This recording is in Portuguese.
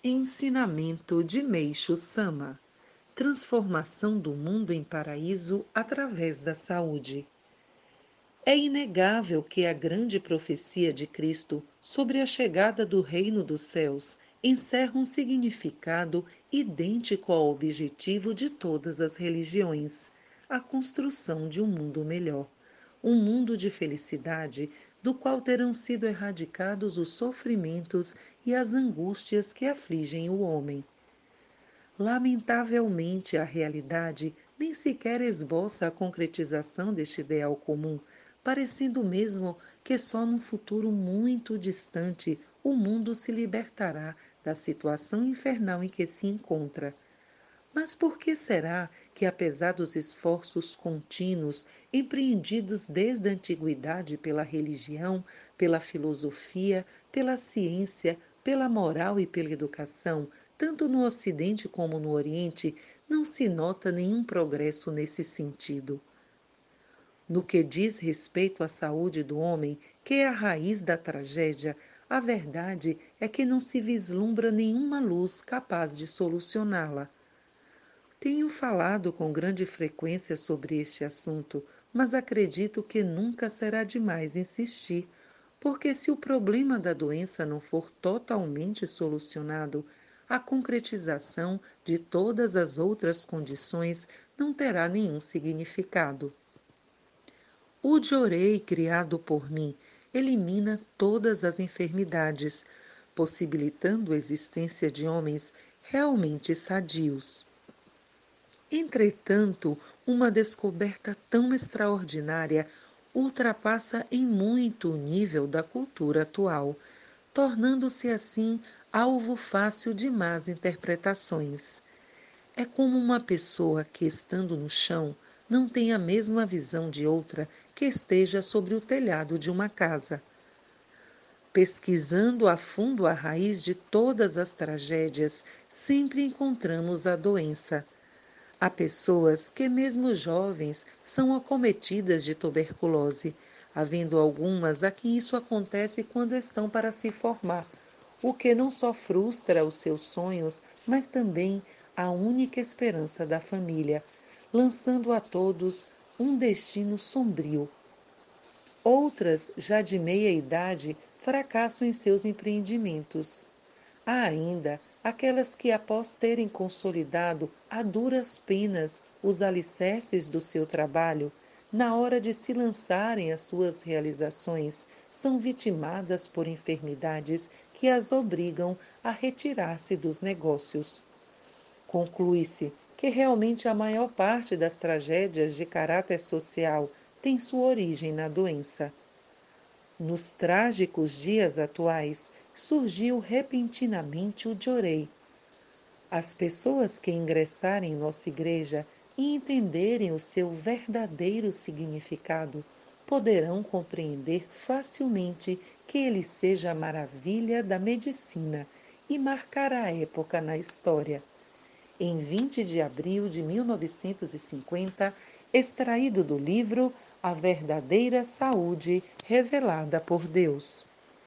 Ensinamento de Meishu Sama: Transformação do mundo em paraíso através da saúde. É inegável que a grande profecia de Cristo sobre a chegada do reino dos céus encerra um significado idêntico ao objetivo de todas as religiões: a construção de um mundo melhor, um mundo de felicidade, do qual terão sido erradicados os sofrimentos e as angústias que afligem o homem. Lamentavelmente, a realidade nem sequer esboça a concretização deste ideal comum, parecendo mesmo que só num futuro muito distante o mundo se libertará da situação infernal em que se encontra. Mas por que será que, apesar dos esforços contínuos empreendidos desde a antiguidade pela religião, pela filosofia, pela ciência, pela moral e pela educação, tanto no Ocidente como no Oriente, não se nota nenhum progresso nesse sentido? No que diz respeito à saúde do homem, que é a raiz da tragédia, a verdade é que não se vislumbra nenhuma luz capaz de solucioná-la. Tenho falado com grande frequência sobre este assunto, mas acredito que nunca será demais insistir, porque se o problema da doença não for totalmente solucionado, a concretização de todas as outras condições não terá nenhum significado. O Jorei criado por mim elimina todas as enfermidades, possibilitando a existência de homens realmente sadios. Entretanto, uma descoberta tão extraordinária ultrapassa em muito o nível da cultura atual, tornando-se assim alvo fácil de más interpretações. É como uma pessoa que, estando no chão, não tem a mesma visão de outra que esteja sobre o telhado de uma casa. Pesquisando a fundo a raiz de todas as tragédias, sempre encontramos a doença. Há pessoas que, mesmo jovens, são acometidas de tuberculose, havendo algumas a que isso acontece quando estão para se formar, o que não só frustra os seus sonhos, mas também a única esperança da família, lançando a todos um destino sombrio. Outras, já de meia idade, fracassam em seus empreendimentos. Há ainda aquelas que, após terem consolidado a duras penas os alicerces do seu trabalho, na hora de se lançarem às suas realizações, são vitimadas por enfermidades que as obrigam a retirar-se dos negócios. Conclui-se que realmente a maior parte das tragédias de caráter social tem sua origem na doença. Nos trágicos dias atuais, surgiu repentinamente o Jorei. As pessoas que ingressarem em nossa igreja e entenderem o seu verdadeiro significado, poderão compreender facilmente que ele seja a maravilha da medicina e marcará a época na história. Em 20 de abril de 1950, extraído do livro A Verdadeira Saúde Revelada por Deus.